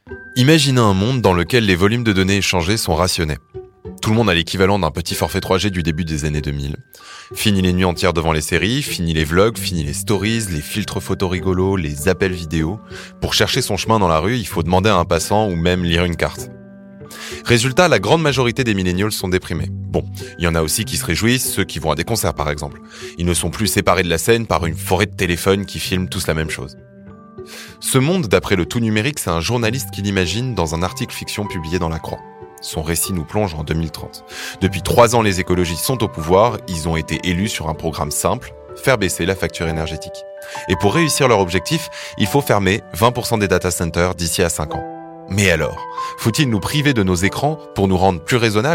Imaginez un monde dans lequel les volumes de données échangés sont rationnés. Tout le monde a l'équivalent d'un petit forfait 3G du début des années 2000. Fini les nuits entières devant les séries, fini les vlogs, fini les stories, les filtres photos rigolos, les appels vidéo. Pour chercher son chemin dans la rue, il faut demander à un passant ou même lire une carte. Résultat, la grande majorité des millennials sont déprimés. Bon, il y en a aussi qui se réjouissent, ceux qui vont à des concerts par exemple. Ils ne sont plus séparés de la scène par une forêt de téléphones qui filment tous la même chose. Ce monde, d'après le Tout Numérique, c'est un journaliste qui l'imagine dans un article fiction publié dans La Croix. Son récit nous plonge en 2030. Depuis 3 ans, les écologistes sont au pouvoir, ils ont été élus sur un programme simple, faire baisser la facture énergétique. Et pour réussir leur objectif, il faut fermer 20% des data centers d'ici à 5 ans. Mais alors, faut-il nous priver de nos écrans pour nous rendre plus raisonnables ?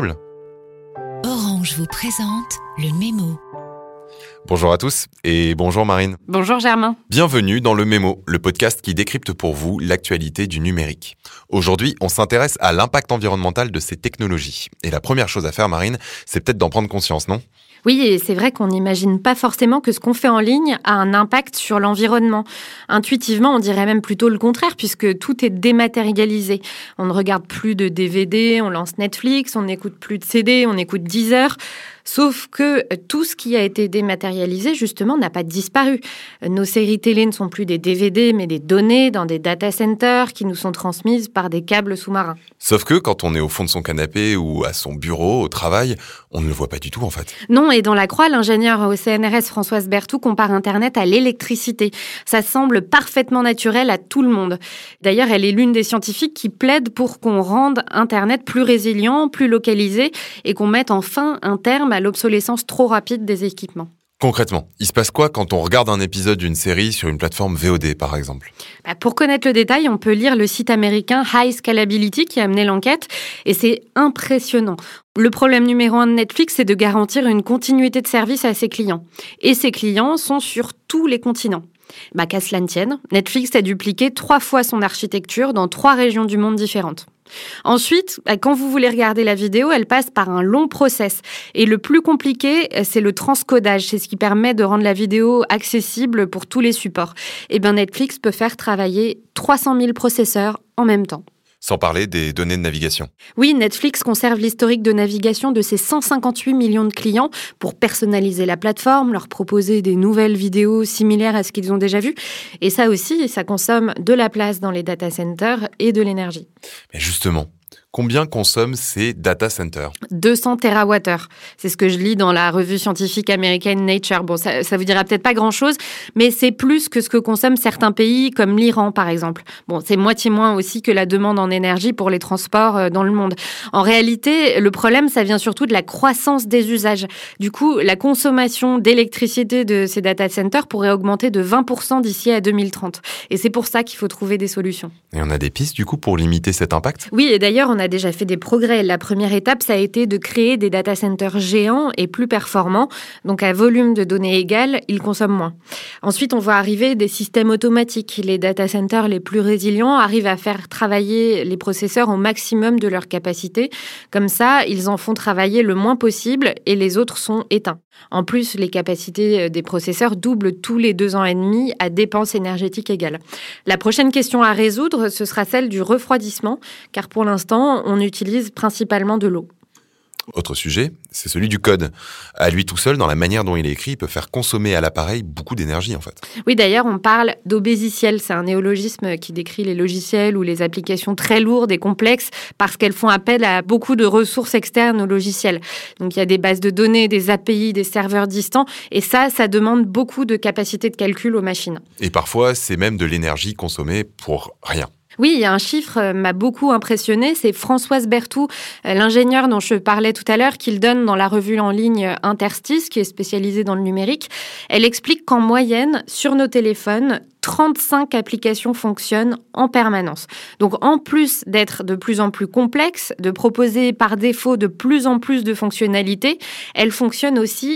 Orange vous présente le Mémo. Bonjour à tous et bonjour Marine. Bonjour Germain. Bienvenue dans le Mémo, le podcast qui décrypte pour vous l'actualité du numérique. Aujourd'hui, on s'intéresse à l'impact environnemental de ces technologies. Et la première chose à faire, Marine, c'est peut-être d'en prendre conscience, non ? Oui, et c'est vrai qu'on n'imagine pas forcément que ce qu'on fait en ligne a un impact sur l'environnement. Intuitivement, on dirait même plutôt le contraire, puisque tout est dématérialisé. On ne regarde plus de DVD, on lance Netflix, on n'écoute plus de CD, on écoute Deezer. Sauf que tout ce qui a été dématérialisé, justement, n'a pas disparu. Nos séries télé ne sont plus des DVD, mais des données dans des data centers qui nous sont transmises par des câbles sous-marins. Sauf que quand on est au fond de son canapé ou à son bureau, au travail, on ne le voit pas du tout en fait. Non, et dans La Croix, l'ingénieure au CNRS Françoise Berthoud compare Internet à l'électricité. Ça semble parfaitement naturel à tout le monde. D'ailleurs, elle est l'une des scientifiques qui plaide pour qu'on rende Internet plus résilient, plus localisé et qu'on mette enfin un terme à l'obsolescence trop rapide des équipements. Concrètement, il se passe quoi quand on regarde un épisode d'une série sur une plateforme VOD par exemple ? Pour connaître le détail, on peut lire le site américain High Scalability qui a mené l'enquête et c'est impressionnant. Le problème numéro 1 de Netflix, c'est de garantir une continuité de service à ses clients. Et ses clients sont sur tous les continents. Qu'à cela ne tienne, Netflix a dupliqué 3 fois son architecture dans 3 régions du monde différentes. Ensuite, quand vous voulez regarder la vidéo, elle passe par un long process. Et le plus compliqué, c'est le transcodage. C'est ce qui permet de rendre la vidéo accessible pour tous les supports. Netflix peut faire travailler 300 000 processeurs en même temps. Sans parler des données de navigation. Oui, Netflix conserve l'historique de navigation de ses 158 millions de clients pour personnaliser la plateforme, leur proposer des nouvelles vidéos similaires à ce qu'ils ont déjà vu. Et ça aussi, ça consomme de la place dans les data centers et de l'énergie. Mais justement, combien consomment ces data centers ? 200 TWh. C'est ce que je lis dans la revue scientifique américaine Nature. Bon, ça vous dira peut-être pas grand-chose, mais c'est plus que ce que consomment certains pays, comme l'Iran, par exemple. Bon, c'est moitié moins aussi que la demande en énergie pour les transports dans le monde. En réalité, le problème, ça vient surtout de la croissance des usages. Du coup, la consommation d'électricité de ces data centers pourrait augmenter de 20% d'ici à 2030. Et c'est pour ça qu'il faut trouver des solutions. Et on a des pistes, du coup, pour limiter cet impact ? Oui, et d'ailleurs, on a déjà fait des progrès. La première étape, ça a été de créer des data centers géants et plus performants. Donc, à volume de données égal, ils consomment moins. Ensuite, on voit arriver des systèmes automatiques. Les data centers les plus résilients arrivent à faire travailler les processeurs au maximum de leur capacité. Comme ça, ils en font travailler le moins possible et les autres sont éteints. En plus, les capacités des processeurs doublent tous les 2 ans et demi à dépenses énergétiques égales. La prochaine question à résoudre, ce sera celle du refroidissement, car pour l'instant, on utilise principalement de l'eau. Autre sujet, c'est celui du code. À lui tout seul, dans la manière dont il est écrit, il peut faire consommer à l'appareil beaucoup d'énergie en fait. Oui, d'ailleurs, on parle d'obésiciel. C'est un néologisme qui décrit les logiciels ou les applications très lourdes et complexes parce qu'elles font appel à beaucoup de ressources externes aux logiciels. Donc, il y a des bases de données, des API, des serveurs distants et ça demande beaucoup de capacité de calcul aux machines. Et parfois, c'est même de l'énergie consommée pour rien. Oui, il y a un chiffre m'a beaucoup impressionné, c'est Françoise Berthoud, l'ingénieure dont je parlais tout à l'heure, qu'il donne dans la revue en ligne Interstice, qui est spécialisée dans le numérique. Elle explique qu'en moyenne, sur nos téléphones, 35 applications fonctionnent en permanence. Donc, en plus d'être de plus en plus complexes, de proposer par défaut de plus en plus de fonctionnalités, elles fonctionnent aussi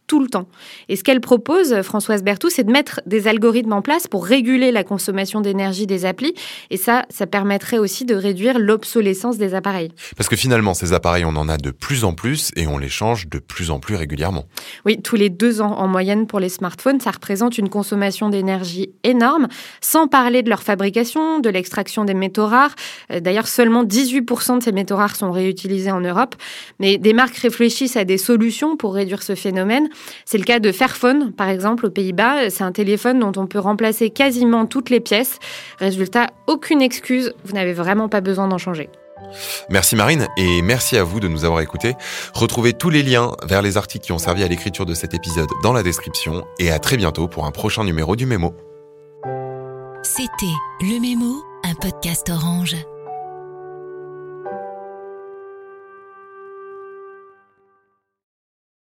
tout le temps. Et ce qu'elle propose, Françoise Berthoud, c'est de mettre des algorithmes en place pour réguler la consommation d'énergie des applis. Et ça permettrait aussi de réduire l'obsolescence des appareils. Parce que finalement, ces appareils, on en a de plus en plus et on les change de plus en plus régulièrement. Oui, tous les 2 ans en moyenne pour les smartphones, ça représente une consommation d'énergie énorme, sans parler de leur fabrication, de l'extraction des métaux rares. D'ailleurs, seulement 18% de ces métaux rares sont réutilisés en Europe. Mais des marques réfléchissent à des solutions pour réduire ce phénomène. C'est le cas de Fairphone, par exemple, aux Pays-Bas. C'est un téléphone dont on peut remplacer quasiment toutes les pièces. Résultat, aucune excuse, vous n'avez vraiment pas besoin d'en changer. Merci Marine et merci à vous de nous avoir écoutés. Retrouvez tous les liens vers les articles qui ont servi à l'écriture de cet épisode dans la description et à très bientôt pour un prochain numéro du Mémo. C'était Le Mémo, un podcast Orange.